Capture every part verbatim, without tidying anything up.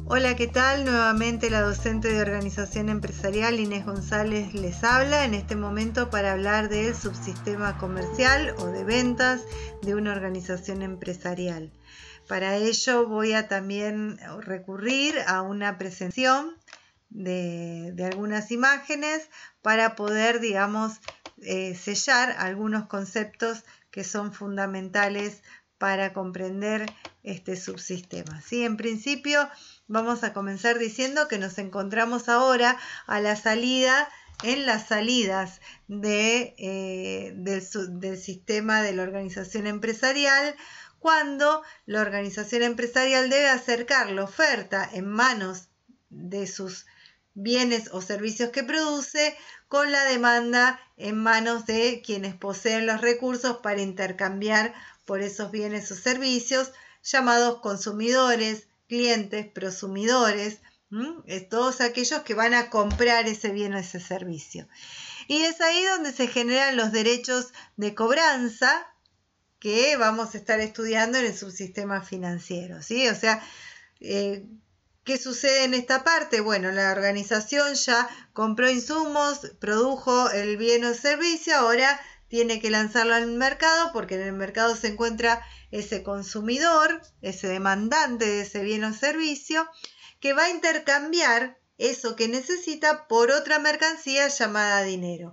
Hola, ¿qué tal? Nuevamente la docente de Organización Empresarial Inés González les habla en este momento para hablar del subsistema comercial o de ventas de una organización empresarial. Para ello voy a también recurrir a una presentación de, de algunas imágenes para poder, digamos, eh, sellar algunos conceptos que son fundamentales para comprender este subsistema. ¿Sí? En principio, vamos a comenzar diciendo que nos encontramos ahora a la salida, en las salidas de, eh, del, del sistema de la organización empresarial, cuando la organización empresarial debe acercar la oferta en manos de sus bienes o servicios que produce con la demanda en manos de quienes poseen los recursos para intercambiar por esos bienes o servicios, llamados consumidores, clientes, prosumidores, ¿m? Todos aquellos que van a comprar ese bien o ese servicio. Y es ahí donde se generan los derechos de cobranza que vamos a estar estudiando en el subsistema financiero, ¿sí? O sea, eh, ¿qué sucede en esta parte? Bueno, la organización ya compró insumos, produjo el bien o servicio, ahora tiene que lanzarlo al mercado porque en el mercado se encuentra ese consumidor, ese demandante de ese bien o servicio, que va a intercambiar eso que necesita por otra mercancía llamada dinero.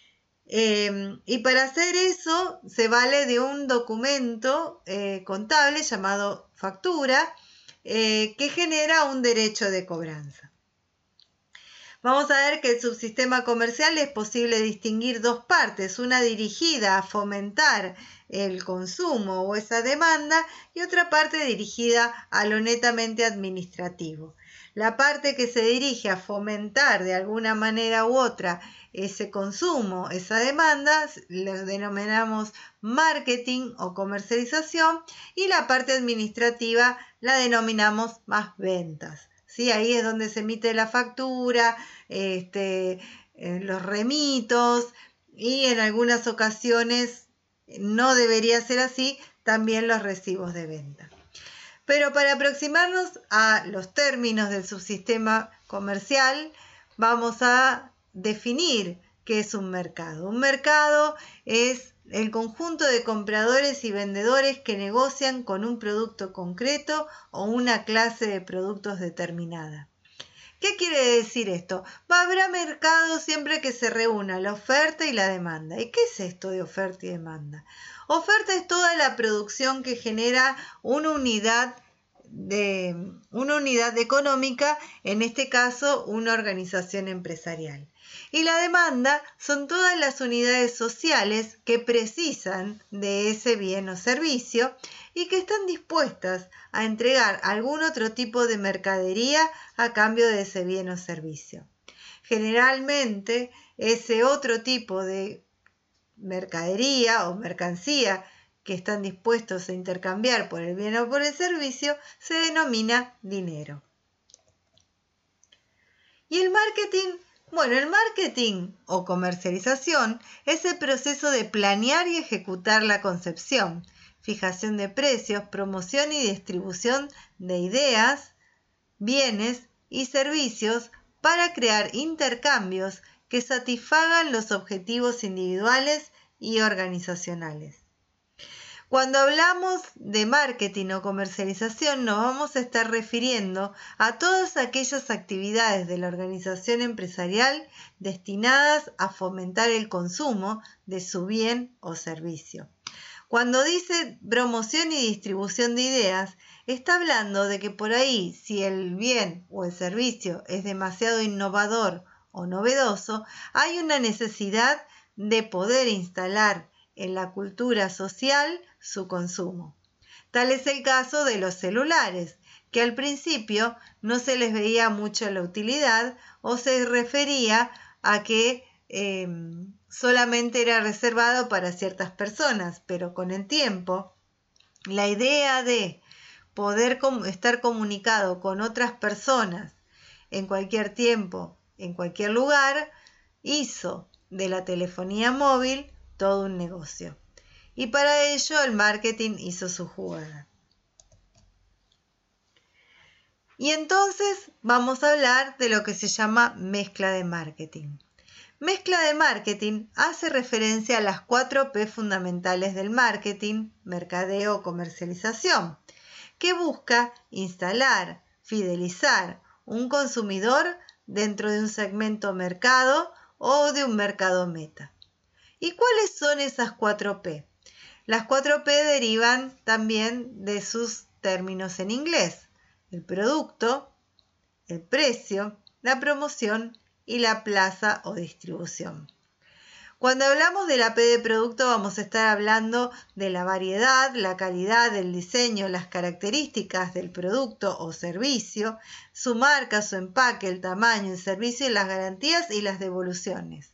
Eh, y para hacer eso se vale de un documento eh, contable llamado factura, eh, que genera un derecho de cobranza. Vamos a ver que el subsistema comercial es posible distinguir dos partes, una dirigida a fomentar el consumo o esa demanda y otra parte dirigida a lo netamente administrativo. La parte que se dirige a fomentar de alguna manera u otra ese consumo, esa demanda, lo denominamos marketing o comercialización, y la parte administrativa la denominamos más ventas. ¿Sí? Ahí es donde se emite la factura, este, eh, los remitos, y en algunas ocasiones no debería ser así, también los recibos de venta. Pero para aproximarnos a los términos del subsistema comercial, vamos a definir qué es un mercado. Un mercado es el conjunto de compradores y vendedores que negocian con un producto concreto o una clase de productos determinada. ¿Qué quiere decir esto? Va a haber mercado siempre que se reúna la oferta y la demanda. ¿Y qué es esto de oferta y demanda? Oferta es toda la producción que genera una unidad de una unidad económica, en este caso una organización empresarial. Y la demanda son todas las unidades sociales que precisan de ese bien o servicio y que están dispuestas a entregar algún otro tipo de mercadería a cambio de ese bien o servicio. Generalmente, ese otro tipo de mercadería o mercancía que están dispuestos a intercambiar por el bien o por el servicio se denomina dinero. ¿Y el marketing? Bueno, el marketing o comercialización es el proceso de planear y ejecutar la concepción, fijación de precios, promoción y distribución de ideas, bienes y servicios para crear intercambios que satisfagan los objetivos individuales y organizacionales. Cuando hablamos de marketing o comercialización, nos vamos a estar refiriendo a todas aquellas actividades de la organización empresarial destinadas a fomentar el consumo de su bien o servicio. Cuando dice promoción y distribución de ideas, está hablando de que por ahí, si el bien o el servicio es demasiado innovador o novedoso, hay una necesidad de poder instalar en la cultura social su consumo. Tal es el caso de los celulares, que al principio no se les veía mucho la utilidad o se refería a que eh, solamente era reservado para ciertas personas, pero con el tiempo la idea de poder com- estar comunicado con otras personas en cualquier tiempo, en cualquier lugar, hizo de la telefonía móvil todo un negocio. Y para ello el marketing hizo su jugada. Y entonces vamos a hablar de lo que se llama mezcla de marketing. Mezcla de marketing hace referencia a las cuatro P fundamentales del marketing, mercadeo o comercialización, que busca instalar, fidelizar un consumidor dentro de un segmento mercado o de un mercado meta. ¿Y cuáles son esas cuatro P? Las cuatro P derivan también de sus términos en inglés: el producto, el precio, la promoción y la plaza o distribución. Cuando hablamos de la P de producto vamos a estar hablando de la variedad, la calidad, el diseño, las características del producto o servicio, su marca, su empaque, el tamaño, el servicio y las garantías y las devoluciones.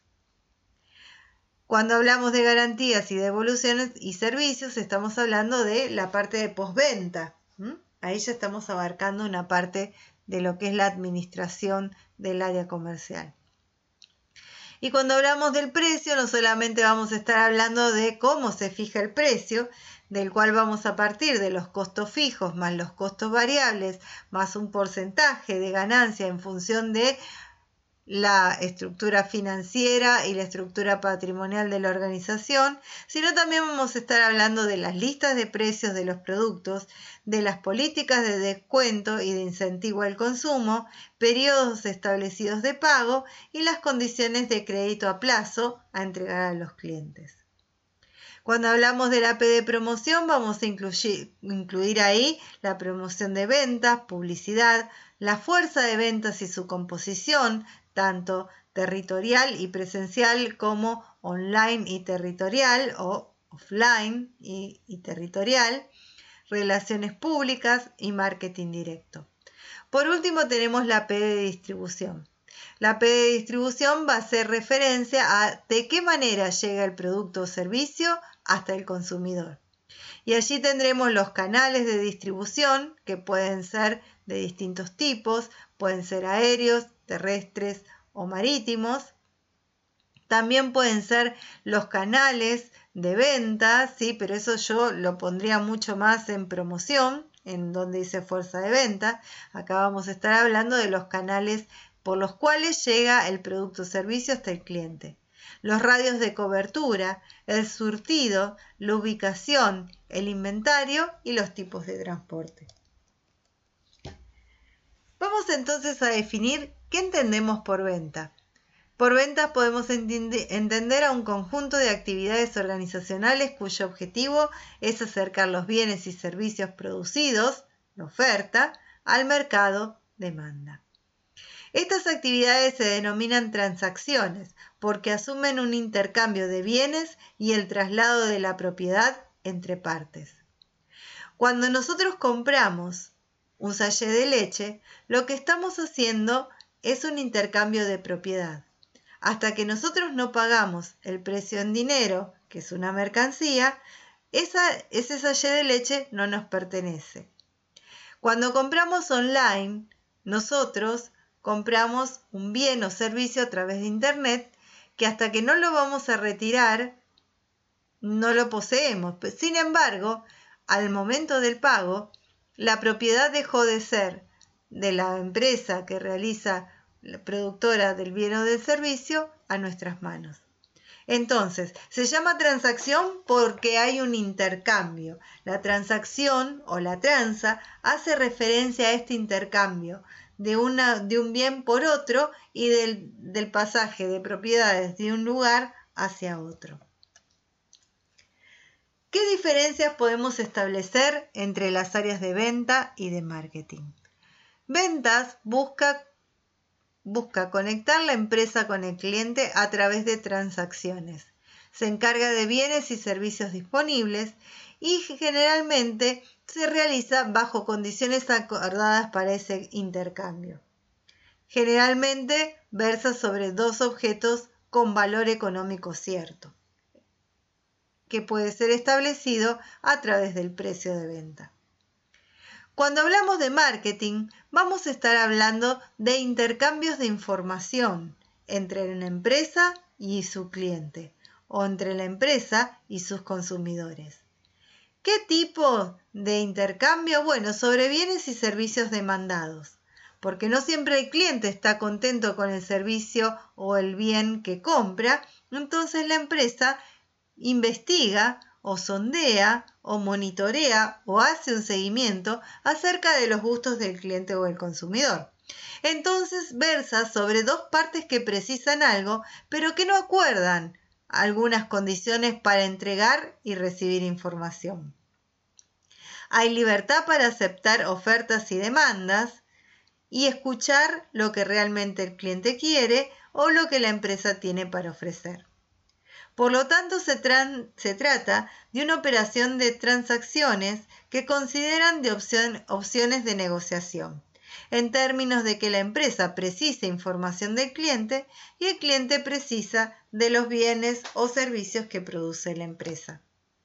Cuando hablamos de garantías y devoluciones y servicios estamos hablando de la parte de postventa. ¿Mm? Ahí ya estamos abarcando una parte de lo que es la administración del área comercial. Y cuando hablamos del precio, no solamente vamos a estar hablando de cómo se fija el precio, del cual vamos a partir de los costos fijos más los costos variables, más un porcentaje de ganancia en función de la estructura financiera y la estructura patrimonial de la organización, sino también vamos a estar hablando de las listas de precios de los productos, de las políticas de descuento y de incentivo al consumo, periodos establecidos de pago y las condiciones de crédito a plazo a entregar a los clientes. Cuando hablamos de la P de promoción, vamos a incluir, incluir ahí la promoción de ventas, publicidad, la fuerza de ventas y su composición, tanto territorial y presencial como online y territorial o offline y, y territorial, relaciones públicas y marketing directo. Por último tenemos la P de distribución. La P de distribución va a hacer referencia a de qué manera llega el producto o servicio hasta el consumidor. Y allí tendremos los canales de distribución, que pueden ser de distintos tipos, pueden ser aéreos, terrestres o marítimos. También pueden ser los canales de venta, ¿sí? Pero eso yo lo pondría mucho más en promoción, en donde dice fuerza de venta. Acá vamos a estar hablando de los canales por los cuales llega el producto o servicio hasta el cliente. Los radios de cobertura, el surtido, la ubicación, el inventario y los tipos de transporte. Vamos entonces a definir qué entendemos por venta. Por ventas podemos entender a un conjunto de actividades organizacionales cuyo objetivo es acercar los bienes y servicios producidos, la oferta, al mercado, demanda. Estas actividades se denominan transacciones porque asumen un intercambio de bienes y el traslado de la propiedad entre partes. Cuando nosotros compramos un sachet de leche, lo que estamos haciendo es un intercambio de propiedad. Hasta que nosotros no pagamos el precio en dinero, que es una mercancía, esa, ese sachet de leche no nos pertenece. Cuando compramos online, nosotros compramos un bien o servicio a través de Internet que hasta que no lo vamos a retirar, no lo poseemos. Sin embargo, al momento del pago, la propiedad dejó de ser de la empresa que realiza la productora del bien o del servicio a nuestras manos. Entonces, se llama transacción porque hay un intercambio. La transacción o la tranza hace referencia a este intercambio de, una, de un bien por otro y del, del pasaje de propiedades de un lugar hacia otro. ¿Qué diferencias podemos establecer entre las áreas de venta y de marketing? Ventas busca Busca conectar la empresa con el cliente a través de transacciones. Se encarga de bienes y servicios disponibles y generalmente se realiza bajo condiciones acordadas para ese intercambio. Generalmente versa sobre dos objetos con valor económico cierto, que puede ser establecido a través del precio de venta. Cuando hablamos de marketing, vamos a estar hablando de intercambios de información entre una empresa y su cliente, o entre la empresa y sus consumidores. ¿Qué tipo de intercambio? Bueno, sobre bienes y servicios demandados. porque no siempre el cliente está contento con el servicio o el bien que compra, entonces la empresa investiga o sondea o monitorea o hace un seguimiento acerca de los gustos del cliente o el consumidor. Entonces versa sobre dos partes que precisan algo, pero que no acuerdan algunas condiciones para entregar y recibir información. Hay libertad para aceptar ofertas y demandas y escuchar lo que realmente el cliente quiere o lo que la empresa tiene para ofrecer. Por lo tanto, se, tran- se trata de una operación de transacciones que consideran de opción- opciones de negociación, en términos de que la empresa precisa información del cliente y el cliente precisa de los bienes o servicios que produce la empresa.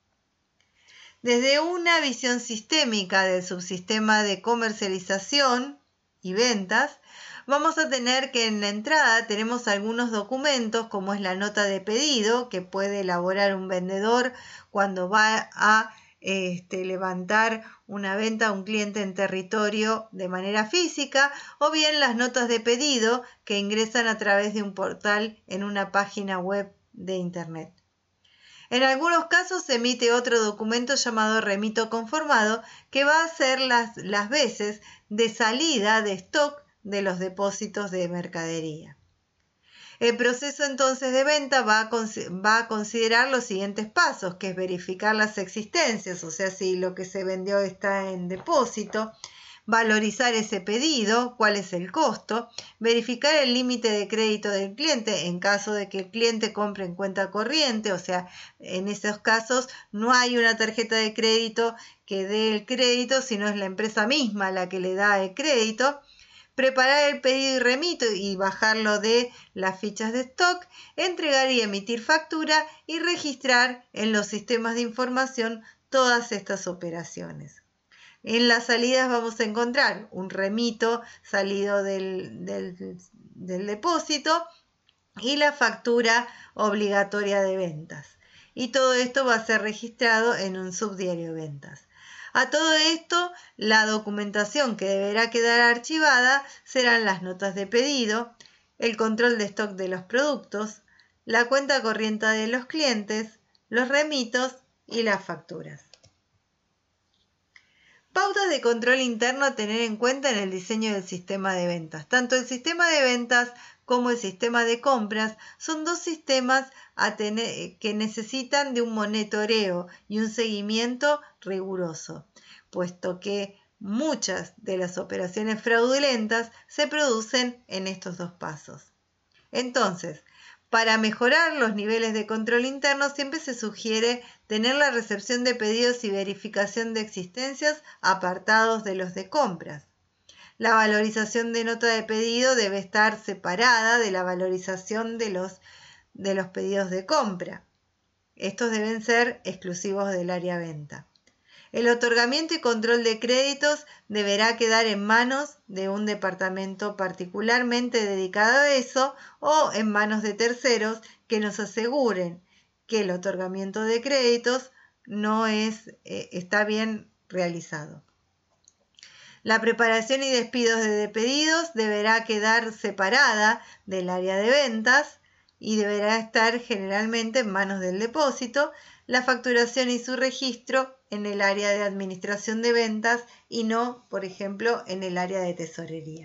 Desde una visión sistémica del subsistema de comercialización y ventas, vamos a tener que en la entrada tenemos algunos documentos, como es la nota de pedido, que puede elaborar un vendedor cuando va a este, levantar una venta a un cliente en territorio de manera física, o bien las notas de pedido que ingresan a través de un portal en una página web de Internet. En algunos casos se emite otro documento llamado remito conformado, que va a ser las, las veces de salida de stock de los depósitos de mercadería. El proceso entonces de venta va a, va a considerar los siguientes pasos, que es verificar las existencias, o sea, si lo que se vendió está en depósito, valorizar ese pedido, cuál es el costo, verificar el límite de crédito del cliente en caso de que el cliente compre en cuenta corriente, o sea, en esos casos no hay una tarjeta de crédito que dé el crédito, sino es la empresa misma la que le da el crédito. Preparar el pedido y remito y bajarlo de las fichas de stock, entregar y emitir factura y registrar en los sistemas de información todas estas operaciones. En las salidas vamos a encontrar un remito salido del, del, del depósito y la factura obligatoria de ventas. Y todo esto va a ser registrado en un subdiario de ventas. A todo esto, la documentación que deberá quedar archivada serán las notas de pedido, el control de stock de los productos, la cuenta corriente de los clientes, los remitos y las facturas. Pautas de control interno a tener en cuenta en el diseño del sistema de ventas. Tanto el sistema de ventas como el sistema de compras son dos sistemas a tener, que necesitan de un monitoreo y un seguimiento riguroso, puesto que muchas de las operaciones fraudulentas se producen en estos dos pasos. Entonces, para mejorar los niveles de control interno, siempre se sugiere tener la recepción de pedidos y verificación de existencias apartados de los de compras. La valorización de nota de pedido debe estar separada de la valorización de los, de los pedidos de compra. Estos deben ser exclusivos del área venta. El otorgamiento y control de créditos deberá quedar en manos de un departamento particularmente dedicado a eso o en manos de terceros que nos aseguren que el otorgamiento de créditos no es, eh, está bien realizado. La preparación y despidos de pedidos deberá quedar separada del área de ventas y deberá estar generalmente en manos del depósito, la facturación y su registro en el área de administración de ventas y no, por ejemplo, en el área de tesorería.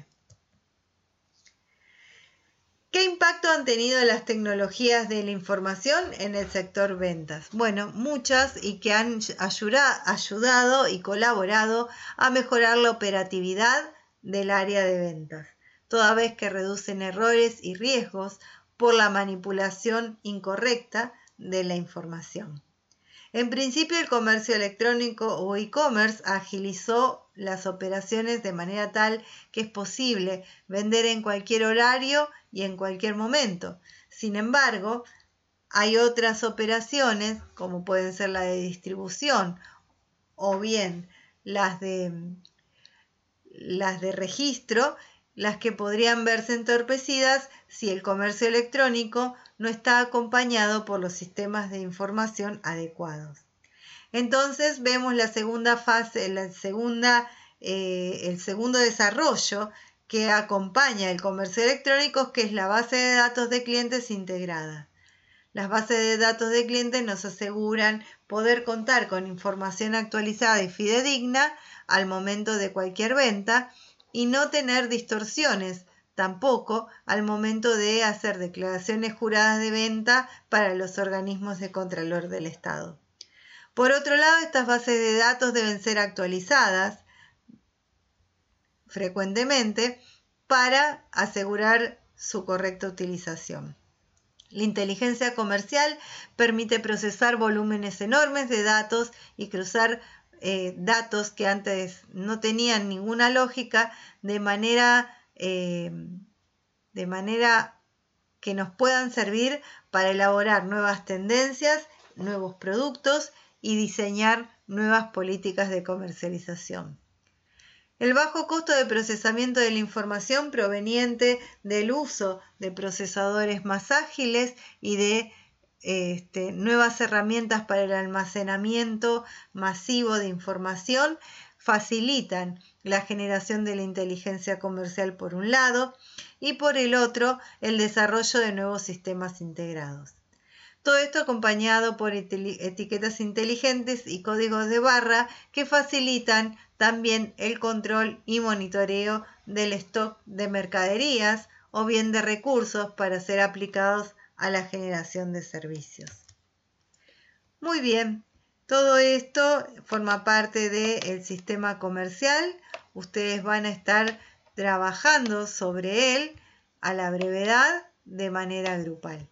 ¿Qué impacto han tenido las tecnologías de la información en el sector ventas? Bueno, muchas, y que han ayudado y colaborado a mejorar la operatividad del área de ventas, toda vez que reducen errores y riesgos por la manipulación incorrecta de la información. En principio, el comercio electrónico o e-commerce agilizó las operaciones de manera tal que es posible vender en cualquier horario y en cualquier momento. Sin embargo, hay otras operaciones, como pueden ser la de distribución o bien las de, las de registro, las que podrían verse entorpecidas si el comercio electrónico no está acompañado por los sistemas de información adecuados. Entonces vemos la segunda fase, la segunda, eh, el segundo desarrollo que acompaña el comercio electrónico, que es la base de datos de clientes integrada. Las bases de datos de clientes nos aseguran poder contar con información actualizada y fidedigna al momento de cualquier venta y no tener distorsiones tampoco al momento de hacer declaraciones juradas de venta para los organismos de Contralor del Estado. Por otro lado, estas bases de datos deben ser actualizadas frecuentemente para asegurar su correcta utilización. La inteligencia comercial permite procesar volúmenes enormes de datos y cruzar eh, datos que antes no tenían ninguna lógica de manera, eh, de manera que nos puedan servir para elaborar nuevas tendencias, nuevos productos y diseñar nuevas políticas de comercialización. El bajo costo de procesamiento de la información proveniente del uso de procesadores más ágiles y de este, nuevas herramientas para el almacenamiento masivo de información facilitan la generación de la inteligencia comercial por un lado y por el otro el desarrollo de nuevos sistemas integrados. Todo esto acompañado por etiquetas inteligentes y códigos de barra que facilitan también el control y monitoreo del stock de mercaderías o bien de recursos para ser aplicados a la generación de servicios. Muy bien, todo esto forma parte del sistema comercial. Ustedes van a estar trabajando sobre él a la brevedad de manera grupal.